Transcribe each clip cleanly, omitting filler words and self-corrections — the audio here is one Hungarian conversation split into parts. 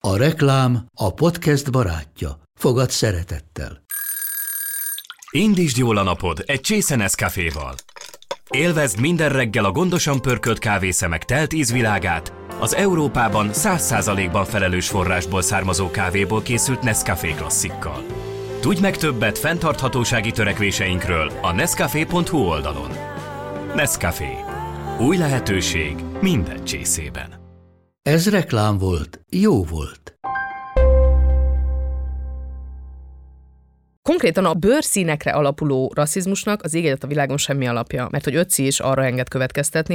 A reklám a podcast barátja. Fogad szeretettel. Indítsd jól a napod egy csésze Nescaféval. Élvezd minden reggel a gondosan pörkölt kávészemek telt ízvilágát, az Európában 100%-ban felelős forrásból származó kávéból készült Nescafé klasszikkal. Tudj meg többet fenntarthatósági törekvéseinkről a nescafé.hu oldalon. Nescafé. Új lehetőség minden csészében. Ez reklám volt, jó volt. Konkrétan a bőrszínekre alapuló rasszizmusnak az ég egyet a világon semmi alapja, mert hogy Ötzi is arra enged következtetni.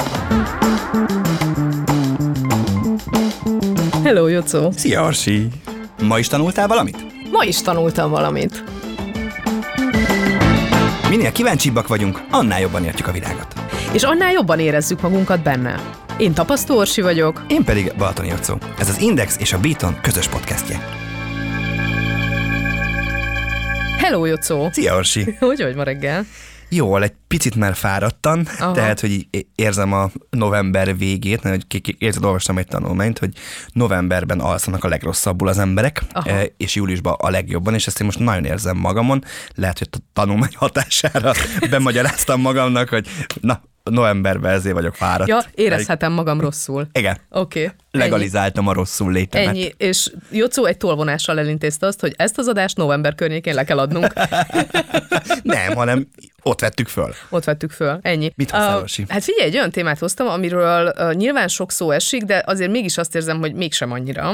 Hello, Jocó! Szia, Arsi! Ma is tanultál valamit? Ma is tanultam valamit. Minél kíváncsibbak vagyunk, annál jobban értjük a világot. És annál jobban érezzük magunkat benne. Én Tapasztó Orsi vagyok. Én pedig Balatoni Jocó. Ez az Index és a Beaton közös podcastje. Hello, Jocó! Szia, Orsi! Hogy vagy ma reggel? Jól, egy picit már fáradtan, tehát, hogy érzem a november végét, hogy olvastam egy tanulmányt, hogy novemberben alszanak a legrosszabbul az emberek, és júliusban a legjobban, és ezt én most nagyon érzem magamon. Lehet, hogy a tanulmány hatására bemagyaráztam magamnak, hogy na, novemberben ezért vagyok fáradt. Ja, érezhetem magam rosszul. Igen. Oké. Legalizáltam a rosszul létemet. Ennyi, és Jocó egy tolvonással elintézte azt, hogy ezt az adást november környékén le kell adnunk. Nem, hanem ott vettük föl. Ott vettük föl, ennyi. Mit hoztál, Orsi? Hát figyelj, egy olyan témát hoztam, amiről nyilván sok szó esik, de azért mégis azt érzem, hogy mégsem annyira.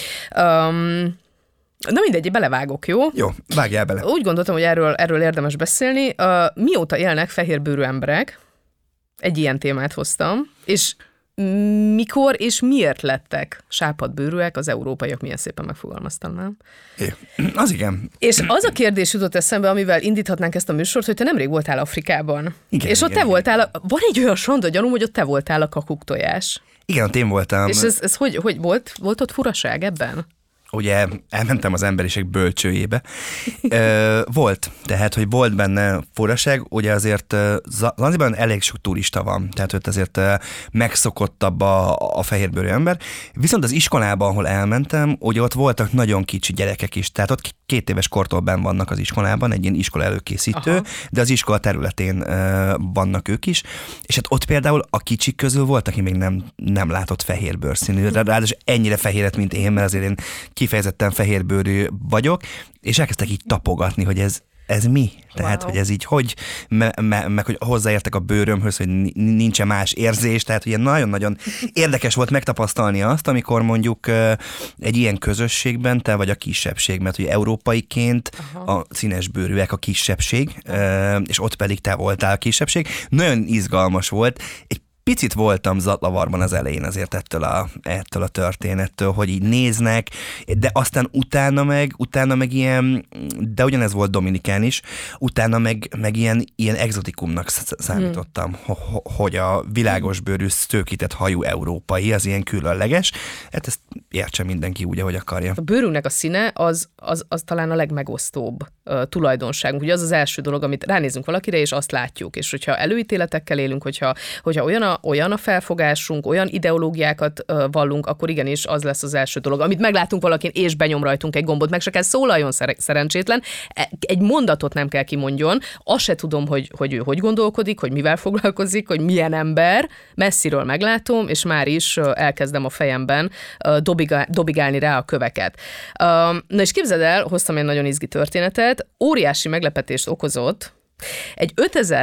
Na mindegy, belevágok, jó? Jó, vágjál bele. Úgy gondoltam, hogy erről érdemes beszélni. Mióta élnek fehérbőrű emberek? Egy ilyen témát hoztam, és mikor és miért lettek sápadbőrűek az európaiak, milyen szépen megfogalmaztam, nem? Az igen. És az a kérdés jutott eszembe, amivel indíthatnánk ezt a műsort, hogy te nemrég voltál Afrikában. Igen, és ott igen, te voltál, van egy olyan sonda gyanúm, hogy ott te voltál a kakuktojás. Igen, ott én voltam. És ez hogy volt ott furaság ebben? Ugye elmentem az emberiség bölcsőjébe. Volt, tehát, hogy volt benne furaság, ugye azért Zanzibarban elég sok turista van, tehát ott azért megszokottabb a fehérbőrű ember. Viszont az iskolában, ahol elmentem, ugye ott voltak nagyon kicsi gyerekek is, tehát ott 2 éves kortól benn vannak az iskolában, egy ilyen iskola előkészítő, de az iskola területén vannak ők is, és hát ott például a kicsik közül volt, aki még nem látott fehérbőrszínű, ráadásul ennyire fehéret, mint én, mert azért én kifejezetten fehérbőrű vagyok, és elkezdtek így tapogatni, hogy ez mi? Tehát, hogy ez így hogy, meg hogy hozzáértek a bőrömhöz, hogy nincsen más érzés, tehát ugye nagyon-nagyon érdekes volt megtapasztalni azt, amikor mondjuk egy ilyen közösségben te vagy a kisebbség, mert ugye európaiként a színesbőrűek a kisebbség, és ott pedig te voltál a kisebbség. Nagyon izgalmas volt, egy picit voltam zaklavarban az elején azért ettől a történettől, hogy így néznek, de aztán utána meg ilyen, de ugyanez volt Dominikán is, utána meg ilyen exotikumnak számítottam, hogy a világosbőrű szőkített hajú európai, az ilyen különleges, hát ezt értse mindenki úgy, ahogy akarja. A bőrünknek a színe az talán a legmegosztóbb tulajdonságunk. Ugye az az első dolog, amit ránézünk valakire, és azt látjuk. És hogyha előítéletekkel élünk, hogyha olyan a felfogásunk, olyan ideológiákat vallunk, akkor igenis az lesz az első dolog. Amit meglátunk valakin, és benyom rajtunk egy gombot, meg se kell szólaljon szerencsétlen, egy mondatot nem kell kimondjon, azt se tudom, hogy ő hogy gondolkodik, hogy mivel foglalkozik, hogy milyen ember, messziről meglátom, és már is elkezdem a fejemben dobigálni rá a köveket. Na és képzeld el, hoztam egy nagyon izgi történetet, óriási meglepetést okozott egy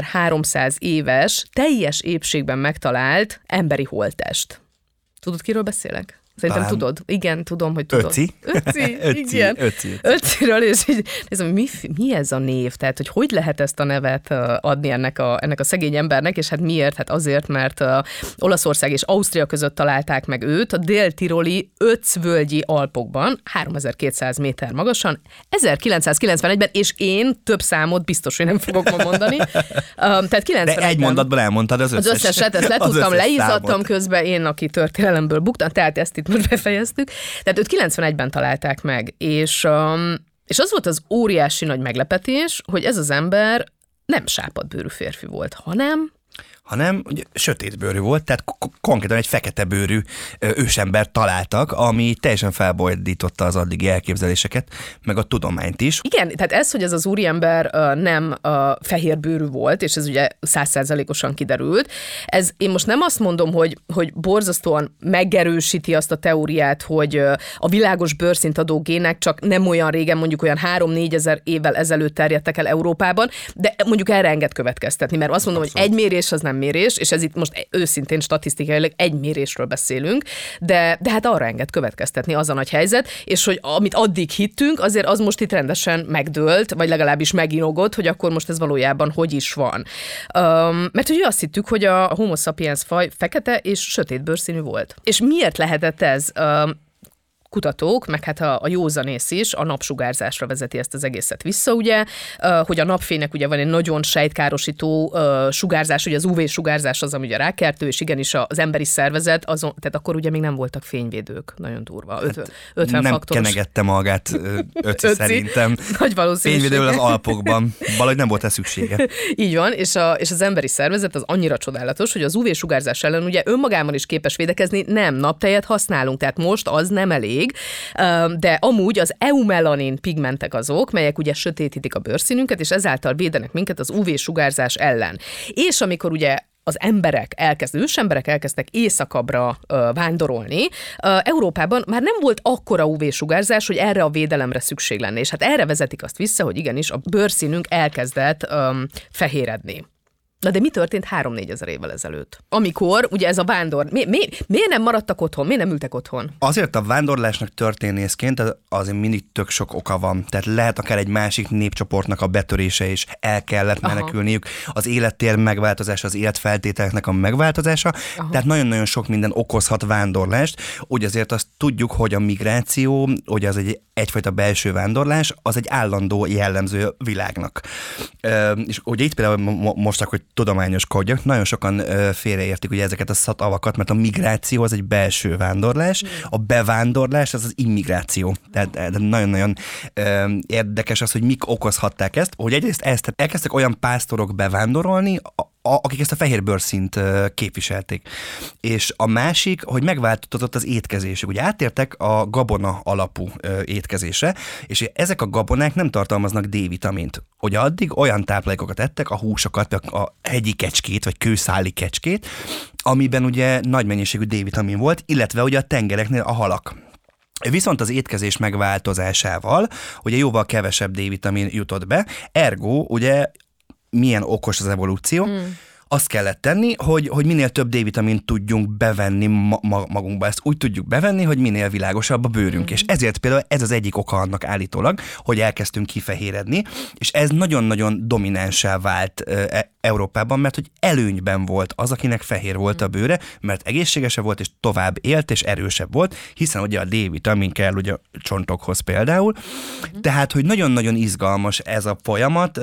5300 éves, teljes épségben megtalált emberi holttest. Tudod, kiről beszélek? Szerintem tudod. Igen, tudom, hogy tudod. Ötzi? Igen. Ötziről, és így nézem, mi ez a név? Tehát, hogy lehet ezt a nevet adni ennek a szegény embernek, és hát miért? Hát azért, mert Olaszország és Ausztria között találták meg őt, a dél-tiroli Ötzvölgyi Alpokban, 3200 méter magasan, 1991-ben, és én több számot biztos, hogy nem fogok ma mondani. Tehát 91-ben. De egy mondatban elmondtad az összeset, ezt letudtam, leizzadtam közben, én, aki történelemből buktam, tehát ezt itt most befejeztük. Tehát őt 91-ben találták meg, és az volt az óriási nagy meglepetés, hogy ez az ember nem sápadbőrű férfi volt, hanem ugye sötétbőrű volt, tehát konkrétan egy feketebőrű ősember találtak, ami teljesen felbojdította az addigi elképzeléseket, meg a tudományt is. Igen, tehát ez, hogy ez az úriember nem fehérbőrű volt, és ez ugye 100%-osan kiderült, ez én most nem azt mondom, hogy borzasztóan megerősíti azt a teóriát, hogy a világos bőrszint adó gének csak nem olyan régen, mondjuk olyan 3-4 ezer évvel ezelőtt terjedtek el Európában, de mondjuk erre enged következtetni, mert azt mondom, abszolút, hogy egy mérés az nem mérés, és ez itt most őszintén statisztikailag egy mérésről beszélünk, de hát arra enged következtetni az a nagy helyzet, és hogy amit addig hittünk, azért az most itt rendesen megdőlt, vagy legalábbis meginogott, hogy akkor most ez valójában hogy is van. Mert ugye azt hittük, hogy a Homo sapiens faj fekete és sötét bőrszínű volt. És miért lehetett ez? Kutatók, meg hát a józanész is a napsugárzásra vezeti ezt az egészet vissza, ugye, hogy a napfénynek ugye van egy nagyon sejtkárosító sugárzás, ugye az UV-sugárzás az, ami ugye rákeltő, és igenis az emberi szervezet, tehát akkor ugye még nem voltak fényvédők, nagyon durva, 50 nem faktoros. kenegette magát Ötzi szerintem. Nagy valószínűség. Fényvédővel az Alpokban, valahogy nem volt ez szüksége. Így van, és az emberi szervezet az annyira csodálatos, hogy az UV-sugárzás ellen ugye önmagában is képes védekezni, nem naptejet használunk, tehát most az nem elég, de amúgy az eumelanin pigmentek azok, melyek ugye sötétítik a bőrszínünket, és ezáltal védenek minket az UV-sugárzás ellen. És amikor ugye az ősemberek elkezdtek északabbra vándorolni, Európában már nem volt akkora UV-sugárzás, hogy erre a védelemre szükség lenne. És hát erre vezetik azt vissza, hogy igenis a bőrszínünk elkezdett fehéredni. Na de mi történt 3-4 ezer évvel ezelőtt? Amikor ugye ez a vándor, miért nem maradtak otthon, miért nem ültek otthon? Azért a vándorlásnak történészként azért mindig tök sok oka van. Tehát lehet akár egy másik népcsoportnak a betörése is, el kellett menekülniük, az élettér megváltozása, az életfeltételeknek a megváltozása, tehát nagyon-nagyon sok minden okozhat vándorlást. Úgy azért azt tudjuk, hogy a migráció, ugye az egyfajta belső vándorlás, az egy állandó jellemző világnak. És ugye itt például most akkor tudományoskodjak, nagyon sokan félreértik ugye ezeket a szavakat, mert a migráció az egy belső vándorlás, a bevándorlás az az immigráció. Tehát nagyon-nagyon érdekes az, hogy mik okozhatták ezt, hogy egyrészt elkezdtek olyan pásztorok bevándorolni, akik ezt a fehér bőrszínt képviselték. És a másik, hogy megváltozott az étkezésük. Ugye átértek a gabona alapú étkezésre, és ezek a gabonák nem tartalmaznak D-vitamint. Ugye addig olyan táplálékokat ettek, a húsokat, a hegyi kecskét, vagy kőszáli kecskét, amiben ugye nagy mennyiségű D-vitamin volt, illetve ugye a tengereknél a halak. Viszont az étkezés megváltozásával ugye jóval kevesebb D-vitamin jutott be, ergo ugye milyen okos az evolúció, azt kellett tenni, hogy minél több D-vitamint tudjunk bevenni magunkba. Ezt úgy tudjuk bevenni, hogy minél világosabb a bőrünk. És ezért például ez az egyik oka annak állítólag, hogy elkezdtünk kifehéredni, és ez nagyon-nagyon dominánsá vált Európában, mert hogy előnyben volt az, akinek fehér volt a bőre, mert egészségesebb volt, és tovább élt, és erősebb volt, hiszen ugye a D-vitamin kell ugye a csontokhoz például. Tehát, hogy nagyon-nagyon izgalmas ez a folyamat,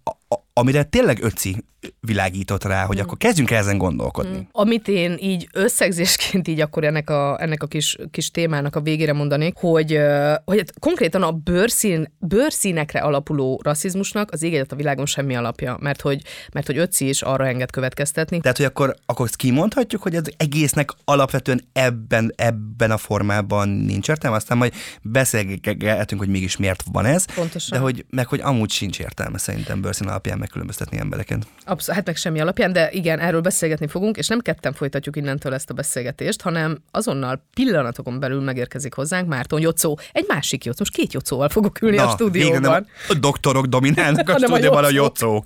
amire tényleg Ötzi világított rá, hogy akkor kezdjünk el ezen gondolkodni. Amit én így összegzésként így akkor ennek a kis témának a végére mondanék, hogy konkrétan a bőrszínekre alapuló rasszizmusnak az ég a világon semmi alapja, mert hogy Ötzi is arra enged következtetni. Tehát, hogy akkor kimondhatjuk, hogy az egésznek alapvetően ebben a formában nincs értelme, aztán majd beszélgetünk, hogy mégis miért van ez. Pontosan. De hogy amúgy sincs értelme szerintem bőrszín alapján megkülönböztetni embereket. Abszolút, hát meg semmi alapján, de igen, erről beszélgetni fogunk, és nem ketten folytatjuk innentől ezt a beszélgetést, hanem azonnal pillanatokon belül megérkezik hozzánk Márton Jocó, egy másik Jocó, most 2 Jocóval fogok ülni a stúdióban. Igen, a doktorok dominálnak a stúdióban, a Jocók.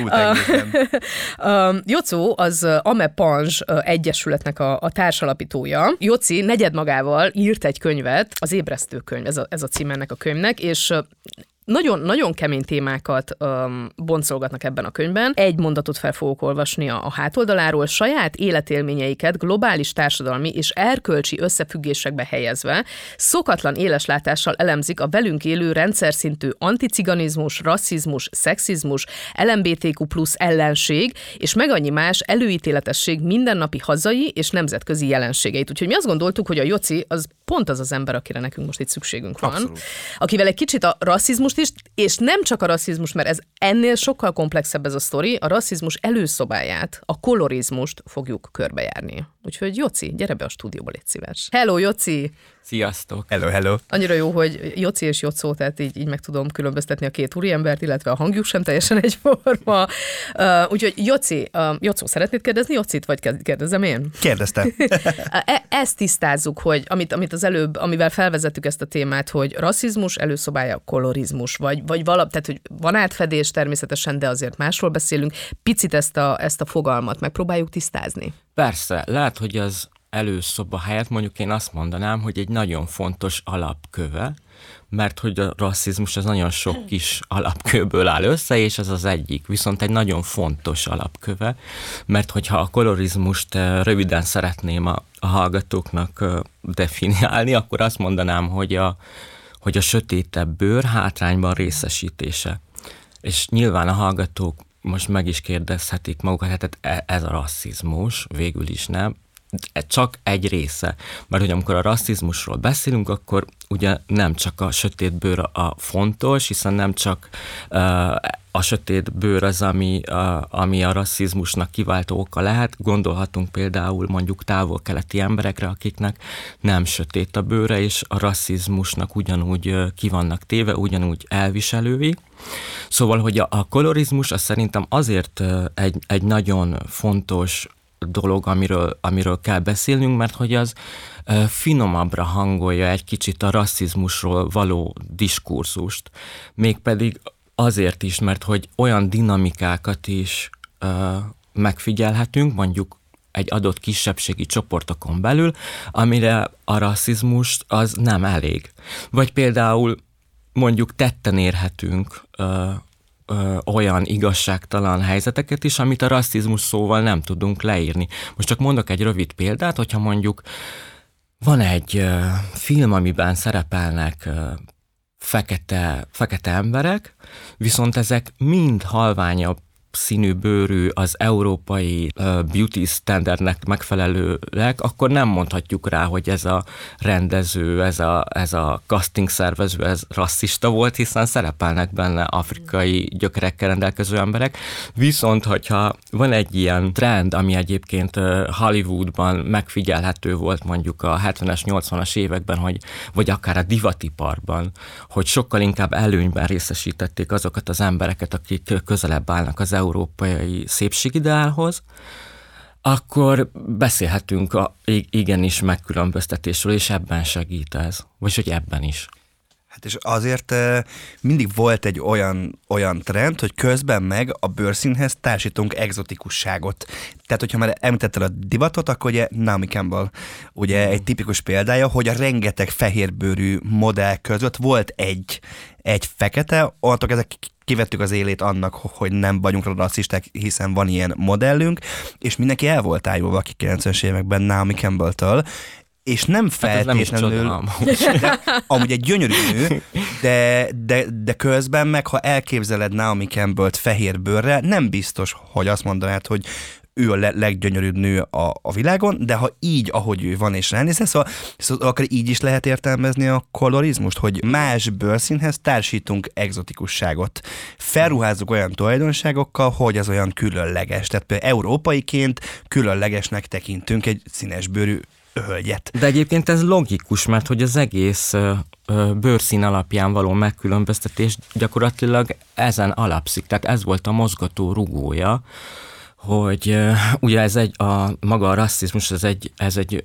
Jocó az Amepange egyesületnek a társalapítója. Joci negyedmagával írt egy könyvet, az Ébresztő könyv, ez a cím ennek a könyvnek, és nagyon kemény témákat boncolgatnak ebben a könyvben. Egy mondatot fel fogok olvasni a hátoldaláról. Saját életélményeiket globális társadalmi és erkölcsi összefüggésekbe helyezve szokatlan éleslátással elemzik a velünk élő rendszerszintű anticiganizmus, rasszizmus, szexizmus, LMBTQ+ ellenség és meg annyi más előítéletesség mindennapi hazai és nemzetközi jelenségeit. Úgyhogy mi azt gondoltuk, hogy a Joci az pont az az ember, akire nekünk most itt szükségünk van. Abszolút. Akivel egy kicsit a rasszizmust rasszizmust is, és nem csak a rasszizmus, mert ez ennél sokkal komplexebb ez a sztori, a rasszizmus előszobáját, a kolorizmust fogjuk körbejárni. Úgyhogy Joci, gyere be a stúdióba, légy szíves. Hello, Joci! Sziasztok! Hello! Annyira jó, hogy Joci és Jocó, tehát így meg tudom különböztetni a két úriembert, illetve a hangjuk sem teljesen egyforma. Úgyhogy Joci, Jocó, szeretnéd kérdezni Jocit, vagy kérdezem én? Kérdeztem. Ezt tisztázzuk, hogy amit az előbb, amivel felvezettük ezt a témát, hogy rasszizmus előszobája kolorizmus, vagy tehát hogy van átfedés természetesen, de azért másról beszélünk. Picit ezt a fogalmat megpróbáljuk tisztázni. Persze, lehet, hogy az előszoba helyett mondjuk én azt mondanám, hogy egy nagyon fontos alapköve, mert hogy a rasszizmus az nagyon sok kis alapkőből áll össze, és ez az egyik, viszont egy nagyon fontos alapköve, mert hogyha a kolorizmust röviden szeretném a hallgatóknak definiálni, akkor azt mondanám, hogy a sötétebb bőr hátrányban részesítése. És nyilván a hallgatók most meg is kérdezhetik magukat, hát ez a rasszizmus, végül is nem, csak egy része. Mert hogy amikor a rasszizmusról beszélünk, akkor ugye nem csak a sötét bőr a fontos, hiszen nem csak a sötét bőr az, ami a rasszizmusnak kiváltó oka lehet. Gondolhatunk például mondjuk távol-keleti emberekre, akiknek nem sötét a bőre, és a rasszizmusnak ugyanúgy ki vannak téve, ugyanúgy elviselői. Szóval, hogy a kolorizmus az szerintem azért egy nagyon fontos dolog, amiről kell beszélnünk, mert hogy az finomabbra hangolja egy kicsit a rasszizmusról való diskurzust. Mégpedig azért is, mert hogy olyan dinamikákat is megfigyelhetünk, mondjuk egy adott kisebbségi csoportokon belül, amire a rasszizmus az nem elég. Vagy például mondjuk tetten érhetünk olyan igazságtalan helyzeteket is, amit a rasszizmus szóval nem tudunk leírni. Most csak mondok egy rövid példát, hogyha mondjuk van egy film, amiben szerepelnek fekete emberek, viszont ezek mind halványabb színű bőrű, az európai beauty standardnek megfelelőleg, akkor nem mondhatjuk rá, hogy ez a rendező, ez a casting szervező, ez rasszista volt, hiszen szerepelnek benne afrikai gyökerekkel rendelkező emberek. Viszont, hogyha van egy ilyen trend, ami egyébként Hollywoodban megfigyelhető volt mondjuk a 70-es, 80-as években, vagy akár a divatiparban, hogy sokkal inkább előnyben részesítették azokat az embereket, akik közelebb állnak az európai szépségideálhoz, akkor beszélhetünk igenis megkülönböztetésről, és ebben segít ez. Vagy hogy ebben is. Hát és azért mindig volt egy olyan trend, hogy közben meg a bőrszínhez társítunk egzotikusságot. Tehát, hogyha már említetted a divatot, akkor ugye Naomi Campbell ugye egy tipikus példája, hogy a rengeteg fehérbőrű modell között volt egy fekete, onnantól ezek kivettük az élét annak, hogy nem vagyunk rasszisták, hiszen van ilyen modellünk, és mindenki el volt ájulva a 90-es években Naomi Campbell-től, és nem feltétlenül, amúgy egy gyönyörű nő, de közben meg, ha elképzeled Naomi Campbell-t fehér bőrre, nem biztos, hogy azt mondanád, hogy ő a leggyönyörűbb nő a világon, de ha így, ahogy ő van és ránézel, szóval akkor így is lehet értelmezni a kolorizmust, hogy más bőrszínhez társítunk egzotikusságot. Felruházzuk olyan tulajdonságokkal, hogy az olyan különleges. Tehát például európaiként különlegesnek tekintünk egy színesbőrű hölgyet. De egyébként ez logikus, mert hogy az egész bőrszín alapján való megkülönböztetés gyakorlatilag ezen alapszik. Tehát ez volt a mozgató rugója, hogy ugye maga a rasszizmus, ez egy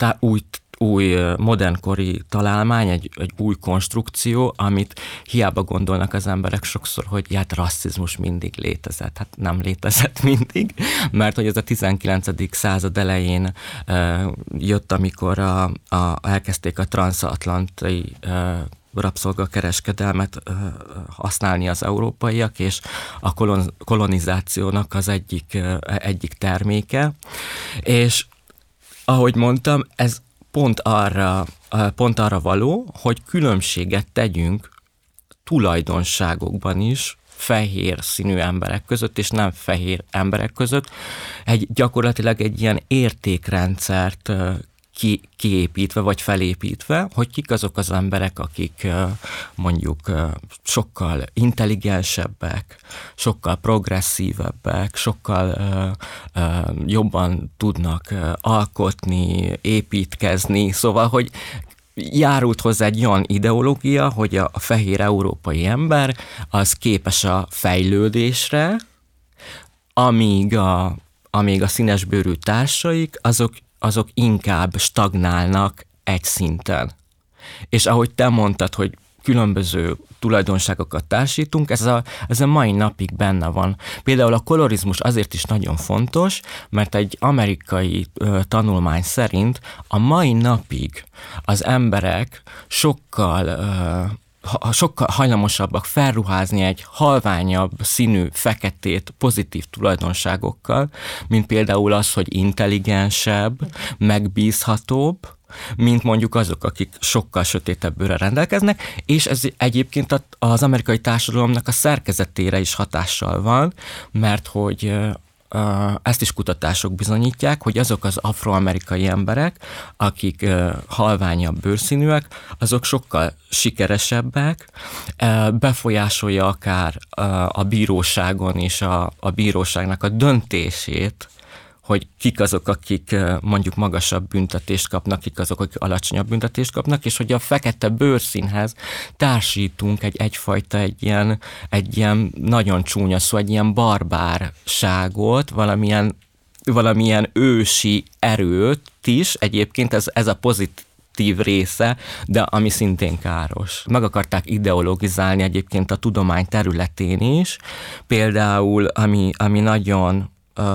új modernkori találmány, egy új konstrukció, amit hiába gondolnak az emberek sokszor, hogy hát rasszizmus mindig létezett. Hát nem létezett mindig, mert hogy ez a 19. század elején jött, amikor elkezdték a transatlanti rabszolgakereskedelmet használni az európaiak, és a kolonizációnak az egyik terméke. És ahogy mondtam, ez pont arra való, hogy különbséget tegyünk tulajdonságokban is fehér színű emberek között, és nem fehér emberek között. Gyakorlatilag egy ilyen értékrendszert kiépítve vagy felépítve, hogy kik azok az emberek, akik mondjuk sokkal intelligensebbek, sokkal progresszívebbek, sokkal jobban tudnak alkotni, építkezni, szóval, hogy járult hozzá egy olyan ideológia, hogy a fehér európai ember az képes a fejlődésre, amíg a színesbőrű társaik, azok inkább stagnálnak egy szinten. És ahogy te mondtad, hogy különböző tulajdonságokat társítunk, ez a mai napig benne van. Például a kolorizmus azért is nagyon fontos, mert egy amerikai tanulmány szerint a mai napig az emberek sokkal hajlamosabbak felruházni egy halványabb színű feketét pozitív tulajdonságokkal, mint például az, hogy intelligensebb, megbízhatóbb, mint mondjuk azok, akik sokkal sötétebb bőrrel rendelkeznek, és ez egyébként az amerikai társadalomnak a szerkezetére is hatással van, mert hogy ezt is kutatások bizonyítják, hogy azok az afroamerikai emberek, akik halványabb bőrszínűek, azok sokkal sikeresebbek, befolyásolja akár a bíróságon is a bíróságnak a döntését, hogy kik azok, akik mondjuk magasabb büntetést kapnak, kik azok, akik alacsonyabb büntetést kapnak, és hogy a fekete bőrszínhez társítunk egyfajta egy ilyen nagyon csúnya szó, egy ilyen barbárságot, valamilyen ősi erőt is, egyébként ez a pozitív része, de ami szintén káros. Meg akarták ideologizálni egyébként a tudomány területén is, például ami nagyon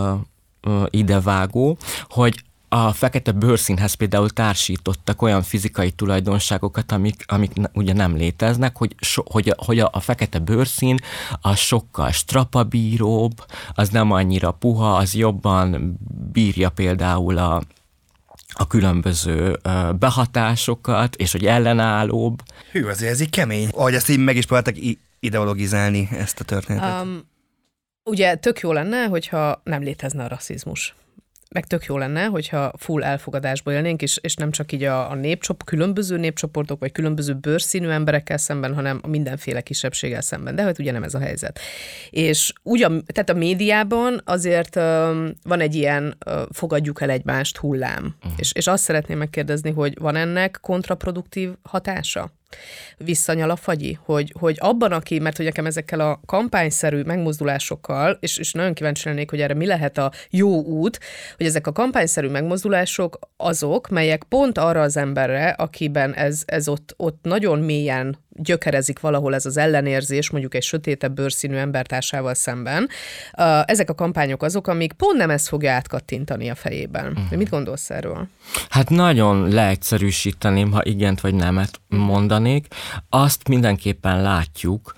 idevágó, hogy a fekete bőrszínhez például társítottak olyan fizikai tulajdonságokat, amik ugye nem léteznek, hogy a fekete bőrszín az sokkal strapabíróbb, az nem annyira puha, az jobban bírja például a különböző behatásokat, és hogy ellenállóbb. Hű, azért ez így kemény. Ahogy ezt így meg is próbáltak ideologizálni ezt a történetet. Ugye tök jó lenne, hogyha nem létezne a rasszizmus. Meg tök jó lenne, hogyha full elfogadásba élnénk, és nem csak így a különböző népcsoportok, vagy különböző bőrszínű emberekkel szemben, hanem a mindenféle kisebbséggel szemben. De hát ugye nem ez a helyzet. És tehát a médiában azért van egy ilyen fogadjuk el egymást hullám. És azt szeretném megkérdezni, hogy van ennek kontraproduktív hatása? Visszanyal a fagyi, hogy abban, mert hogy nekem ezekkel a kampányszerű megmozdulásokkal, és nagyon kíváncsi lennék, hogy erre mi lehet a jó út, hogy ezek a kampányszerű megmozdulások azok, melyek pont arra az emberre, akiben ez ott nagyon mélyen gyökerezik valahol ez az ellenérzés, mondjuk egy sötétebb bőrszínű embertársával szemben. Ezek a kampányok azok, amik pont nem ezt fogja átkattintani a fejében. De mit gondolsz erről? Hát nagyon leegyszerűsíteném, ha igent vagy nemet mondanék. Azt mindenképpen látjuk,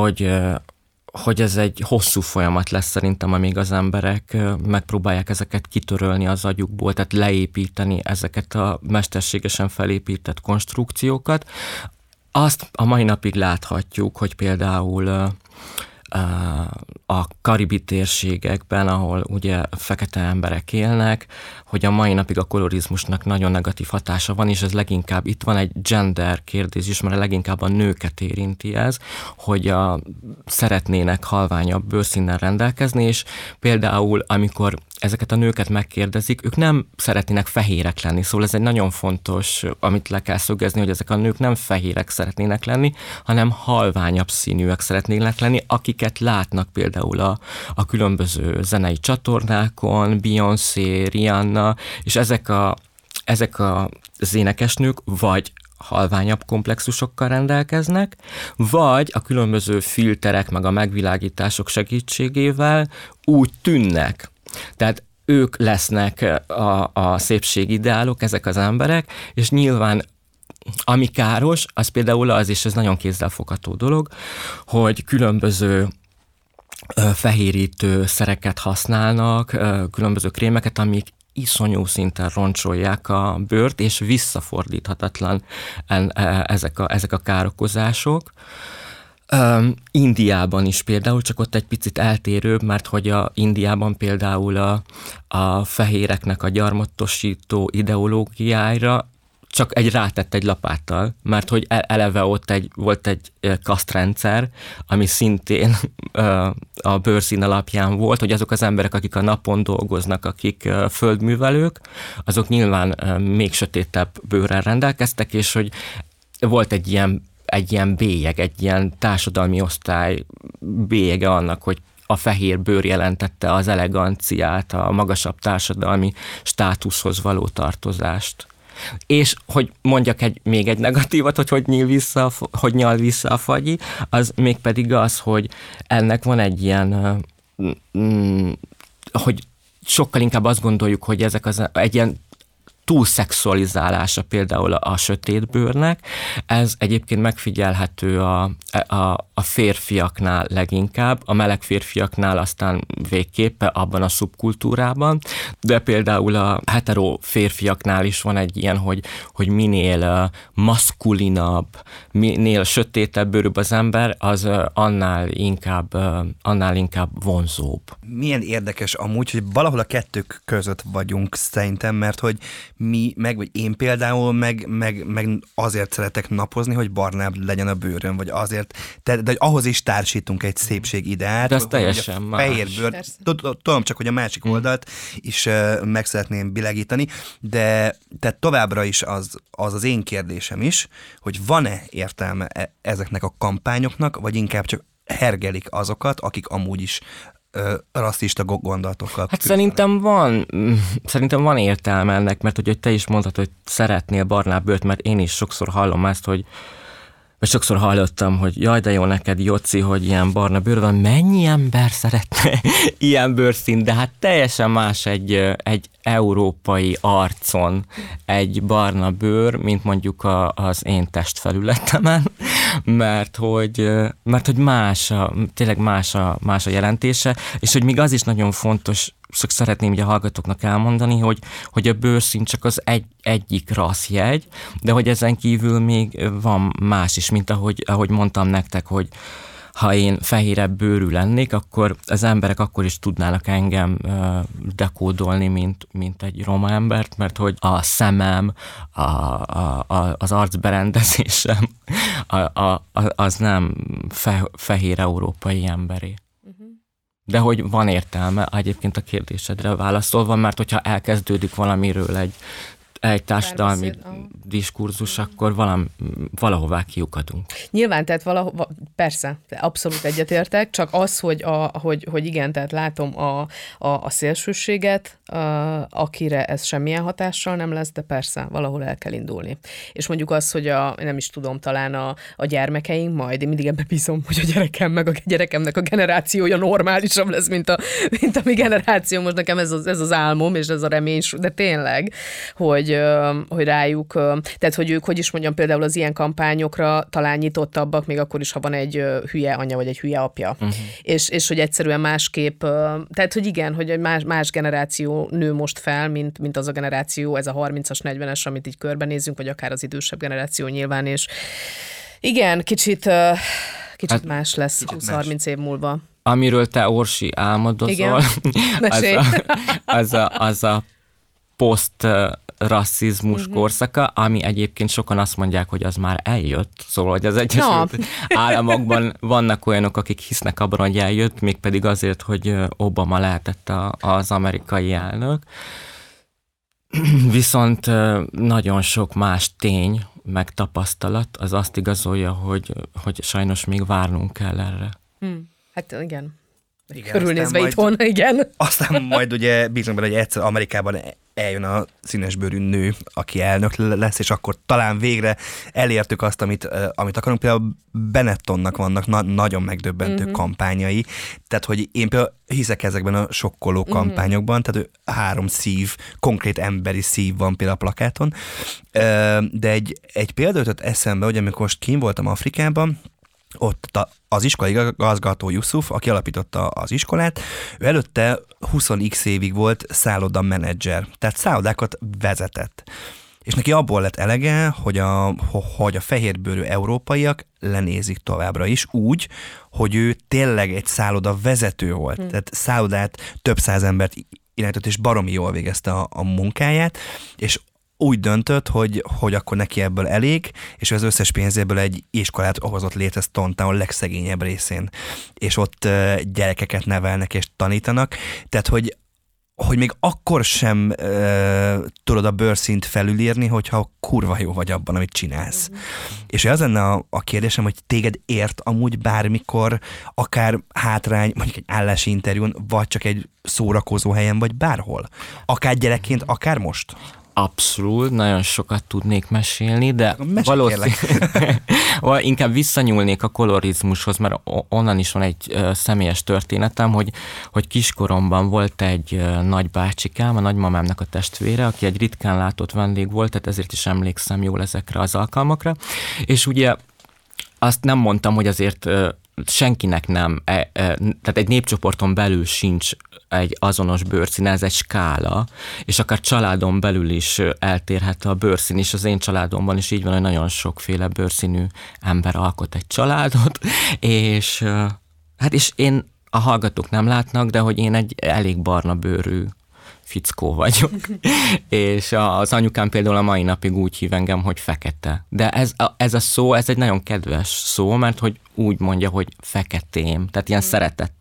hogy ez egy hosszú folyamat lesz szerintem, amíg az emberek megpróbálják ezeket kitörölni az agyukból, tehát leépíteni ezeket a mesterségesen felépített konstrukciókat. Azt a mai napig láthatjuk, hogy például a karibi térségekben, ahol ugye fekete emberek élnek, hogy a mai napig a kolorizmusnak nagyon negatív hatása van, és ez leginkább, itt van egy gender kérdés is, mert leginkább a nőket érinti ez, hogy szeretnének halványabb bőrszínnel rendelkezni, és például amikor ezeket a nőket megkérdezik, ők nem szeretnének fehérek lenni, szóval ez egy nagyon fontos, amit le kell szögezni, hogy ezek a nők nem fehérek szeretnének lenni, hanem halványabb színűek szeretnének lenni, akiket látnak például a különböző zenei csatornákon, Beyoncé, Rihanna, és ezek az énekesnők vagy halványabb komplexusokkal rendelkeznek, vagy a különböző filterek meg a megvilágítások segítségével úgy tűnnek. Tehát ők lesznek a szépségideálok, ezek az emberek, és nyilván ami káros, az például az, és ez nagyon kézzelfogható dolog, hogy különböző fehérítő szereket használnak, különböző krémeket, amik iszonyú szinten roncsolják a bőrt, és visszafordíthatatlan ezek a károkozások. Indiában is például, csak ott egy picit eltérőbb, mert hogy Indiában például a fehéreknek a gyarmatosító ideológiára csak rátett egy lapáttal, mert hogy eleve ott volt egy kasztrendszer, ami szintén a bőrszín alapján volt, hogy azok az emberek, akik a napon dolgoznak, akik földművelők, azok nyilván még sötétebb bőrrel rendelkeztek, és hogy volt egy ilyen bélyeg, egy ilyen társadalmi osztály bélyege annak, hogy a fehér bőr jelentette az eleganciát, a magasabb társadalmi státuszhoz való tartozást. És hogy mondjak még egy negatívat, hogy nyal vissza a fagyi, az mégpedig az, hogy ennek van egy ilyen, hogy sokkal inkább azt gondoljuk, hogy ezek egy ilyen túlszexualizálása például a sötétbőrnek. Ez egyébként megfigyelhető a férfiaknál leginkább, a meleg férfiaknál aztán végképp abban a szubkultúrában, de például a hetero férfiaknál is van egy ilyen, hogy minél maszkulinabb, minél sötétebb bőrűbb az ember, az annál inkább vonzóbb. Milyen érdekes amúgy, hogy valahol a kettők között vagyunk szerintem, mert hogy mi, vagy én például, meg azért szeretek napozni, hogy barnább legyen a bőröm, vagy azért, de ahhoz is társítunk egy szépségideát. De ez teljesen más. Fehér bőr, tudom csak, hogy a másik oldalt is meg szeretném világítani, de tehát továbbra is az én kérdésem is, hogy van-e értelme ezeknek a kampányoknak, vagy inkább csak hergelik azokat, akik amúgy is rasszista gondolatokkal. Hát szerintem van értelme ennek, mert hogy te is mondtad, hogy szeretnél barnább bőrt, mert én is sokszor hallom ezt, vagy sokszor hallottam, hogy jaj, de jó neked, Jóci, hogy ilyen barna bőr van. Mennyi ember szeretne ilyen bőrszín, de hát teljesen más egy európai arcon egy barna bőr, mint mondjuk az én testfelületemen, mert hogy tényleg más a jelentése, és hogy még az is nagyon fontos, csak szeretném ugye a hallgatóknak elmondani, hogy a bőrszín csak az egyik rasszjegy, de hogy ezen kívül még van más is, mint ahogy mondtam nektek, hogy ha én fehérebb bőrű lennék, akkor az emberek akkor is tudnának engem dekódolni, mint egy roma embert, mert hogy a szemem, az arcberendezésem, az nem fehér európai emberé. De hogy van értelme egyébként a kérdésedre válaszolva, mert hogyha elkezdődik valamiről egy társadalmi diskurzus, akkor valahová kiukadunk. Nyilván, tehát persze, abszolút egyetértek, csak az, hogy igen, tehát látom a szélsőséget, akire ez semmilyen hatással nem lesz, de persze, valahol el kell indulni. És mondjuk az, hogy nem is tudom, talán a gyermekeink majd, én mindig ebben bízom, hogy a gyerekemnek a generációja normálisabb lesz, mint a mi generáció. Most nekem ez az álmom, és ez a remény, de tényleg, hogy rájuk, tehát hogy ők, hogy is mondjam, például az ilyen kampányokra talán nyitottabbak, még akkor is, ha van egy hülye anya, vagy egy hülye apja. És hogy egyszerűen másképp, tehát hogy igen, hogy egy más generáció nő most fel, mint az a generáció, ez a 30-as, 40-es, amit így körbenézünk, vagy akár az idősebb generáció nyilván, és igen, kicsit más lesz 20-30 év múlva. Amiről te, Orsi, álmodozol, az a poszt-rasszizmus korszaka, ami egyébként sokan azt mondják, hogy az már eljött. Szóval, hogy az Egyesült Államokban vannak olyanok, akik hisznek abban, hogy eljött, mégpedig azért, hogy Obama lehetett az amerikai elnök. Viszont nagyon sok más tény, meg tapasztalat, az azt igazolja, hogy sajnos még várnunk kell erre. Hát igen. Körülnézve itthon, igen. Aztán majd ugye bízunk bele, hogy egyszer Amerikában eljön a színesbőrű nő, aki elnök lesz, és akkor talán végre elértük azt, amit akarunk. Például Benettonnak vannak nagyon megdöbbentő kampányai, tehát hogy én például hiszek ezekben a sokkoló kampányokban, tehát 3 szív, konkrét emberi szív van például a plakáton, de egy példa jutott eszembe, hogy amikor most kín voltam Afrikában, ott az iskolai igazgató Yusuf, aki alapította az iskolát, ő előtte 20x évig volt szálloda menedzser, tehát szállodákat vezetett. És neki abból lett elege, hogy a fehérbőrű európaiak lenézik továbbra is úgy, hogy ő tényleg egy szálloda vezető volt. Tehát szállodát több száz embert irányított, és baromi jól végezte a munkáját, és úgy döntött, hogy akkor neki ebből elég, és az összes pénzéből egy iskolát hozott létre Stone Town legszegényebb részén. És ott gyerekeket nevelnek és tanítanak. Tehát, hogy még akkor sem tudod a bőrszint felülírni, hogyha kurva jó vagy abban, amit csinálsz. És az lenne a kérdésem, hogy téged ért amúgy bármikor, akár hátrány, mondjuk egy állási interjún, vagy csak egy szórakozó helyen, vagy bárhol. Akár gyerekként, akár most. Abszolút, nagyon sokat tudnék mesélni, de valószínűleg inkább visszanyúlnék a kolorizmushoz, mert onnan is van egy személyes történetem, hogy kiskoromban volt egy nagybácsikám, a nagymamámnak a testvére, aki egy ritkán látott vendég volt, tehát ezért is emlékszem jól ezekre az alkalmakra, és ugye azt nem mondtam, hogy azért senkinek nem, tehát egy népcsoporton belül sincs egy azonos bőrszín, ez egy skála, és akár családon belül is eltérhet a bőrszín, és az én családomban is így van, hogy nagyon sokféle bőrszínű ember alkot egy családot, és hát és én, a hallgatók nem látnak, de hogy én egy elég barna bőrű fickó vagyok, és az anyukám például a mai napig úgy hív engem, hogy fekete. De ez a szó, ez egy nagyon kedves szó, mert hogy úgy mondja, hogy feketém, tehát ilyen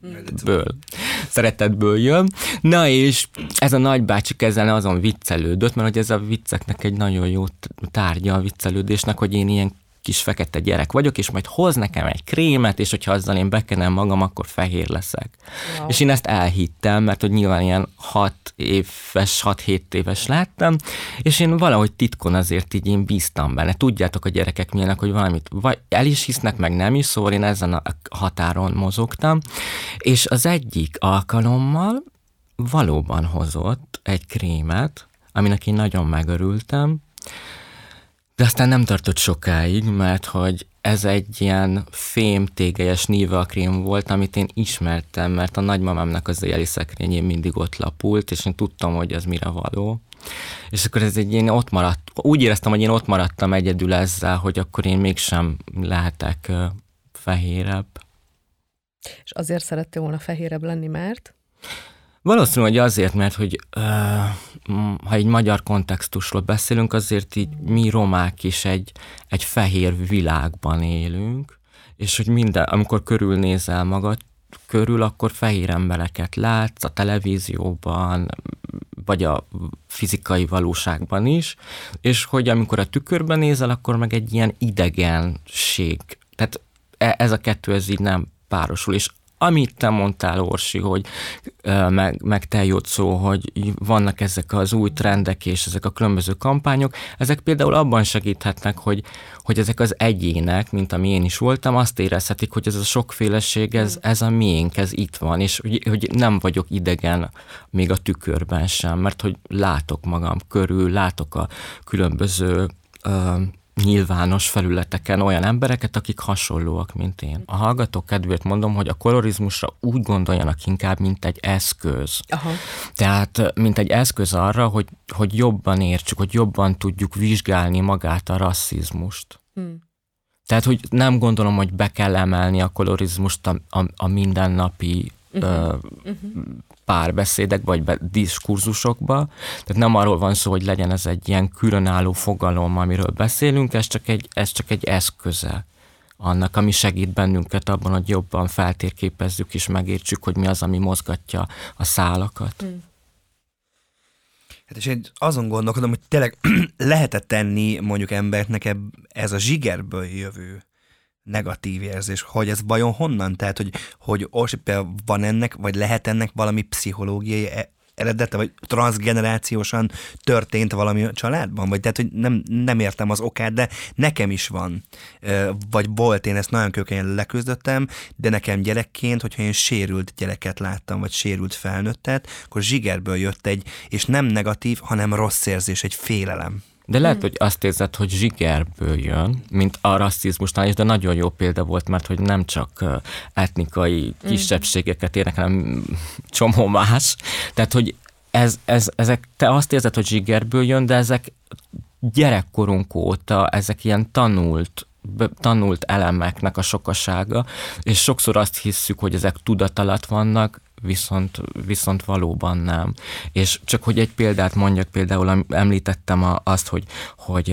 szeretetből jön. Na és ez a nagybácsi ezzel azon viccelődött, mert hogy ez a vicceknek egy nagyon jó tárgya a viccelődésnek, hogy én ilyen kis fekete gyerek vagyok, és majd hoz nekem egy krémet, és hogyha azzal én bekenem magam, akkor fehér leszek. Wow. És én ezt elhittem, mert hogy nyilván ilyen 6-7 éves láttam, és én valahogy titkon azért így én bíztam benne. Tudjátok a gyerekek milyenek, hogy valamit vagy el is hisznek, meg nem is, szóval én ezen a határon mozogtam, és az egyik alkalommal valóban hozott egy krémet, aminek én nagyon megörültem, de aztán nem tartott sokáig, mert hogy ez egy ilyen fémtégelyes Nivea krém volt, amit én ismertem, mert a nagymamámnak az éjjeli szekrényén mindig ott lapult, és én tudtam, hogy ez mire való. És akkor ez egy én ott maradt, úgy éreztem, hogy én ott maradtam egyedül ezzel, hogy akkor én mégsem lehetek fehérebb. És azért szerettél volna fehérebb lenni, mert? Valószínűleg azért, mert hogy ha egy magyar kontextusról beszélünk, azért így mi romák is egy fehér világban élünk, és hogy amikor körülnézel magad körül, akkor fehér embereket látsz a televízióban, vagy a fizikai valóságban is, és hogy amikor a tükörben nézel, akkor meg egy ilyen idegenség. Tehát ez a kettő, ez így nem párosul, és amit te mondtál, Orsi, hogy meg te Jocó, hogy vannak ezek az új trendek és ezek a különböző kampányok, ezek például abban segíthetnek, hogy ezek az egyének, mint ami én is voltam, azt érezhetik, hogy ez a sokféleség, ez a miénk, ez itt van, és hogy nem vagyok idegen még a tükörben sem, mert hogy látok magam körül, látok a különböző nyilvános felületeken olyan embereket, akik hasonlóak, mint én. A hallgatók kedvéért mondom, hogy a kolorizmusra úgy gondoljanak inkább, mint egy eszköz. Aha. Tehát, mint egy eszköz arra, hogy jobban értsük, hogy jobban tudjuk vizsgálni magát a rasszizmust. Tehát, hogy nem gondolom, hogy be kell emelni a kolorizmust a mindennapi párbeszédek vagy diskurzusokba. Tehát nem arról van szó, hogy legyen ez egy ilyen különálló fogalom, amiről beszélünk, ez csak egy eszköze annak, ami segít bennünket abban, hogy jobban feltérképezzük és megértsük, hogy mi az, ami mozgatja a szálakat. Hát és én azon gondolkodom, hogy tényleg lehet tenni mondjuk embernek ez a zsigerből jövő negatív érzés, hogy ez vajon honnan? Tehát, hogy Orsippel van ennek, vagy lehet ennek valami pszichológiai eredete, vagy transzgenerációsan történt valami a családban? Vagy tehát, hogy nem értem az okát, de nekem is van. Vagy volt, én ezt nagyon kőkenyen leküzdöttem, de nekem gyerekként, hogyha én sérült gyereket láttam, vagy sérült felnőttet, akkor zsigerből jött és nem negatív, hanem rossz érzés, egy félelem. De lehet, hogy azt érzed, hogy zsigerből jön, mint a rasszizmusnál is, de nagyon jó példa volt, mert hogy nem csak etnikai kisebbségeket érnek, hanem csomó más. Tehát, hogy ezek, te azt érzed, hogy zsigerből jön, de ezek gyerekkorunk óta ezek ilyen tanult elemeknek a sokasága, és sokszor azt hisszük, hogy ezek tudat alatt vannak, viszont valóban nem. És csak hogy egy példát mondjak, például említettem azt, hogy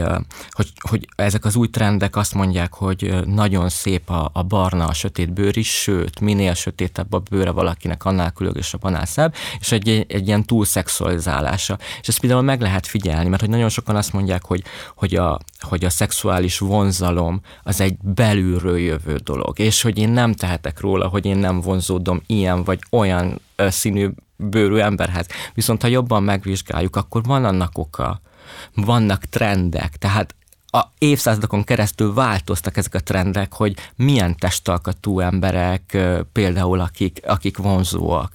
ezek az új trendek azt mondják, hogy nagyon szép a barna, a sötét bőr is, sőt, minél sötétebb a bőre valakinek, annál különösebb, annál szebb, és egy ilyen túlszexualizálása. És ezt például meg lehet figyelni, mert hogy nagyon sokan azt mondják, hogy a szexuális vonzalom az egy belülről jövő dolog, és hogy én nem tehetek róla, hogy én nem vonzódom ilyen vagy olyan színű bőrű emberhez. Viszont ha jobban megvizsgáljuk, akkor van annak oka, vannak trendek, tehát a évszázadokon keresztül változtak ezek a trendek, hogy milyen testalkatú emberek például, akik vonzóak.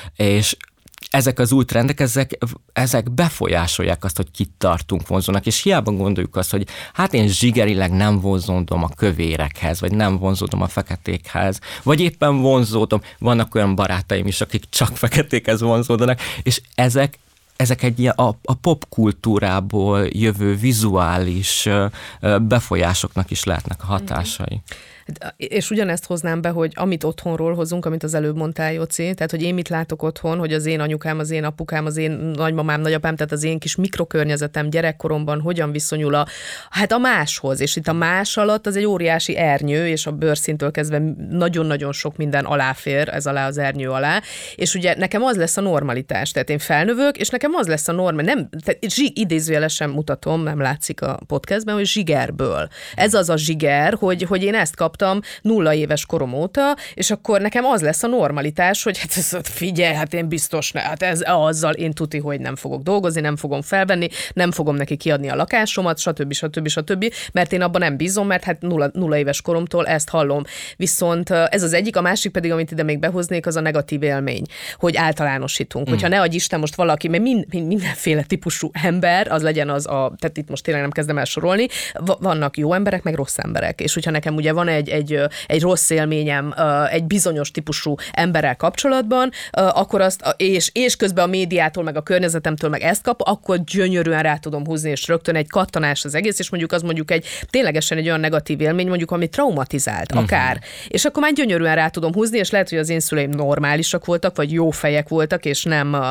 És ezek az új trendek, ezek befolyásolják azt, hogy kit tartunk vonzónak, és hiába gondoljuk azt, hogy hát én zsigerileg nem vonzódom a kövérekhez, vagy nem vonzódom a feketékhez, vagy éppen vonzódom. Vannak olyan barátaim is, akik csak feketékhez vonzódnak, és ezek egy ilyen a popkultúrából jövő vizuális befolyásoknak is lehetnek a hatásai. És ugyanezt hoznám be, hogy amit otthonról hozunk, amit az előbb mondtál, Jóci, tehát hogy én mit látok otthon, hogy az én anyukám, az én apukám, az én nagymamám, nagyapám, tehát az én kis mikrokörnyezetem gyerekkoromban hogyan viszonyul a máshoz, és itt a más alatt az egy óriási ernyő, és a bőrszintől kezdve nagyon-nagyon sok minden aláfér, ez alá az ernyő alá, és ugye nekem az lesz a normalitás, tehát én felnövök, és nekem az lesz a nem, idézőjelesen mutatom, nem látszik a podcastben, hogy zsigerből. Ez az a zsiger, hogy én ezt kaptam 0 éves korom óta, és akkor nekem az lesz a normalitás, hogy hát figyelj, hát én biztos ne, hát azzal én tuti, hogy nem fogok dolgozni, nem fogom felvenni, nem fogom neki kiadni a lakásomat, stb., mert én abban nem bízom, mert hát 0 éves koromtól ezt hallom. Viszont ez az egyik, a másik pedig, amit ide még behoznék, az a negatív élmény, hogy általánosítunk. Hogyha ne adj Isten most valaki, mert mindenféle típusú ember, az legyen tehát itt most tényleg nem kezdem el sorolni, vannak jó emberek, meg rossz emberek. És hogyha nekem ugye van egy rossz élményem egy bizonyos típusú emberrel kapcsolatban, akkor azt, és közben a médiától, meg a környezetemtől meg ezt kap, akkor gyönyörűen rá tudom húzni, és rögtön egy kattanás az egész, és mondjuk az ténylegesen egy olyan negatív élmény, mondjuk, ami traumatizált, akár. És akkor már gyönyörűen rá tudom húzni, és lehet, hogy az én szüleim normálisak voltak, vagy jó fejek voltak, és nem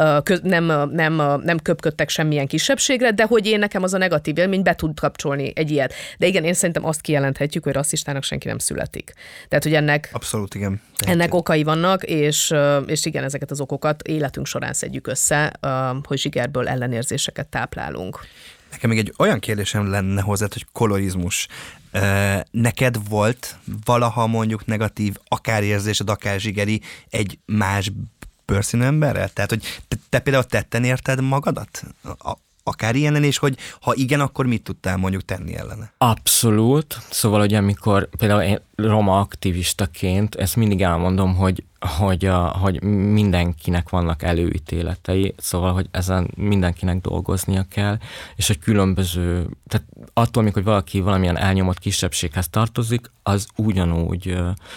köpködtek semmilyen kisebbségre, de hogy nekem az a negatív élmény be tud kapcsolni egy ilyet. De igen, én szerintem azt kijelenthetjük, hogy rasszistának senki nem születik. Tehát, hogy abszolút, igen. Ennek okai vannak, és igen, ezeket az okokat életünk során szedjük össze, hogy zsigerből ellenérzéseket táplálunk. Nekem még egy olyan kérdésem lenne hozzád, hogy kolorizmus. Neked volt valaha mondjuk negatív akár érzésed, akár zsigeri egy más bőrszínű emberrel? Tehát, hogy te például tetten érted magadat? Akár ilyenen, és hogy ha igen, akkor mit tudtál mondjuk tenni ellene? Abszolút. Szóval, hogy amikor például én roma aktivistaként ezt mindig elmondom, hogy mindenkinek vannak előítéletei, szóval, hogy ezen mindenkinek dolgoznia kell, és hogy különböző, tehát attól, amikor valaki valamilyen elnyomott kisebbséghez tartozik, az ugyanúgy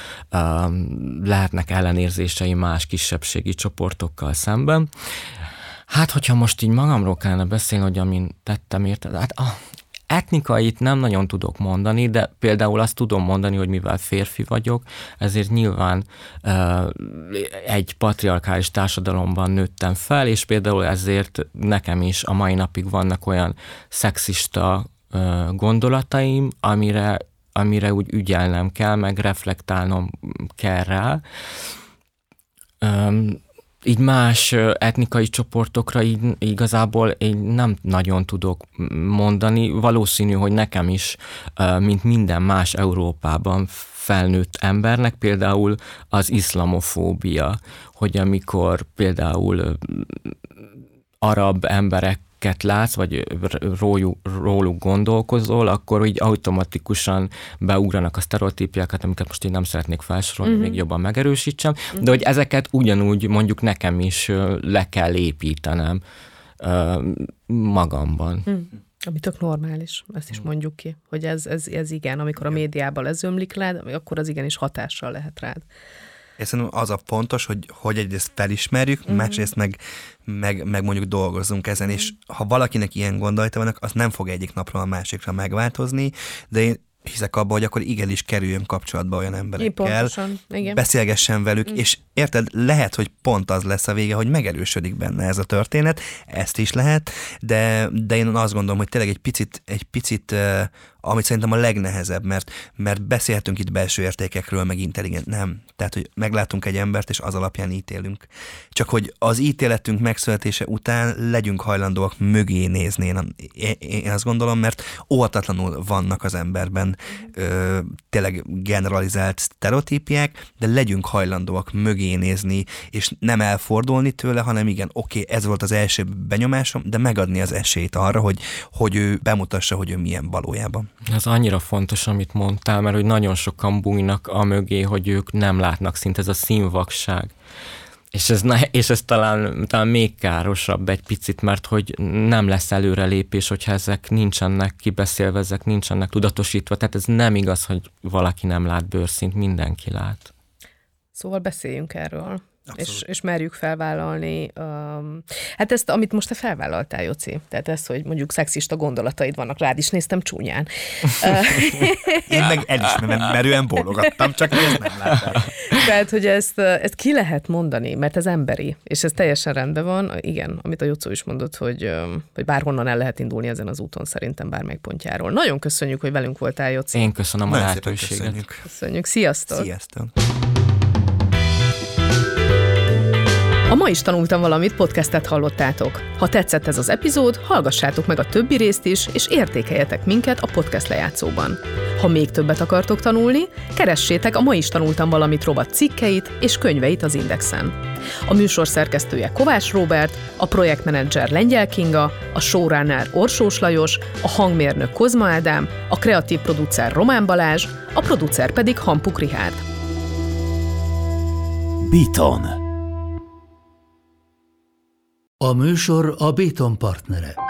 lehetnek ellenérzései más kisebbségi csoportokkal szemben. Hát, hogyha most így magamról kellene beszélni, hogy amin tettem érted, hát etnikait nem nagyon tudok mondani, de például azt tudom mondani, hogy mivel férfi vagyok, ezért nyilván egy patriarkális társadalomban nőttem fel, és például ezért nekem is a mai napig vannak olyan szexista gondolataim, amire úgy ügyelnem kell, meg reflektálnom kell rá. Így más etnikai csoportokra így igazából én nem nagyon tudok mondani. Valószínű, hogy nekem is, mint minden más Európában felnőtt embernek, például az iszlamofóbia, hogy amikor például arab emberek látsz, vagy róluk gondolkozol, akkor így automatikusan beugranak a sztereotípiákat, amiket most így nem szeretnék felsorolni, még jobban megerősítsem, de hogy ezeket ugyanúgy mondjuk nekem is le kell építenem magamban. Ami tök normális, ezt is mondjuk ki, hogy ez igen, amikor a médiában ez ömlik rád, akkor az igenis hatással lehet rád. És szerintem az a fontos, hogy egyrészt felismerjük, másrészt meg mondjuk dolgozzunk ezen, és ha valakinek ilyen gondolata vannak, az nem fog egyik napról a másikra megváltozni, de én hiszek abba, hogy akkor igenis kerüljön kapcsolatba olyan emberekkel, beszélgessen velük, és érted, lehet, hogy pont az lesz a vége, hogy megerősödik benne ez a történet, ezt is lehet, de én azt gondolom, hogy tényleg egy picit amit szerintem a legnehezebb, mert beszélhetünk itt belső értékekről, meg intelligent, nem. Tehát, hogy meglátunk egy embert, és az alapján ítélünk. Csak hogy az ítéletünk megszületése után legyünk hajlandóak mögé nézni, én azt gondolom, mert óhatatlanul vannak az emberben tényleg generalizált sztereotípiák, de legyünk hajlandóak mögé nézni, és nem elfordulni tőle, hanem igen, oké, ez volt az első benyomásom, de megadni az esélyt arra, hogy ő bemutassa, hogy ő milyen valójában. Ez annyira fontos, amit mondtál, mert hogy nagyon sokan bújnak a mögé, hogy ők nem látnak szinte, ez a színvakság. És ez talán még károsabb egy picit, mert hogy nem lesz előrelépés, hogyha ezek nincsenek kibeszélve, ezek nincsenek tudatosítva. Tehát ez nem igaz, hogy valaki nem lát bőrszint, mindenki lát. Szóval beszéljünk erről. És merjük felvállalni. Hát ezt, amit most te felvállaltál, Jóci. Tehát ez, hogy mondjuk szexista gondolataid vannak, rád is néztem csúnyán. Én meg elismerően bólogattam, csak ezt nem láttam. Tehát, hogy ezt ki lehet mondani, mert ez emberi, és ez teljesen rendben van. Igen, amit a Jocó is mondott, hogy bárhonnan el lehet indulni ezen az úton, szerintem bármelyik pontjáról. Nagyon köszönjük, hogy velünk voltál, Jóci. Én köszönöm a lehetőséget. Köszönjük. Sziasztok! Sziasztok! A Ma is tanultam valamit podcastet hallottátok. Ha tetszett ez az epizód, hallgassátok meg a többi részt is, és értékeljetek minket a podcast lejátszóban. Ha még többet akartok tanulni, keressétek a Ma is tanultam valamit rovat cikkeit és könyveit az Indexen. A műsor szerkesztője Kovács Róbert, a projektmenedzser Lengyel Kinga, a showrunner Orsós Lajos, a hangmérnök Kozma Ádám, a kreatív producer Román Balázs, a producer pedig Hampuk Richárd. Beaton. A műsor a Beaton partnere.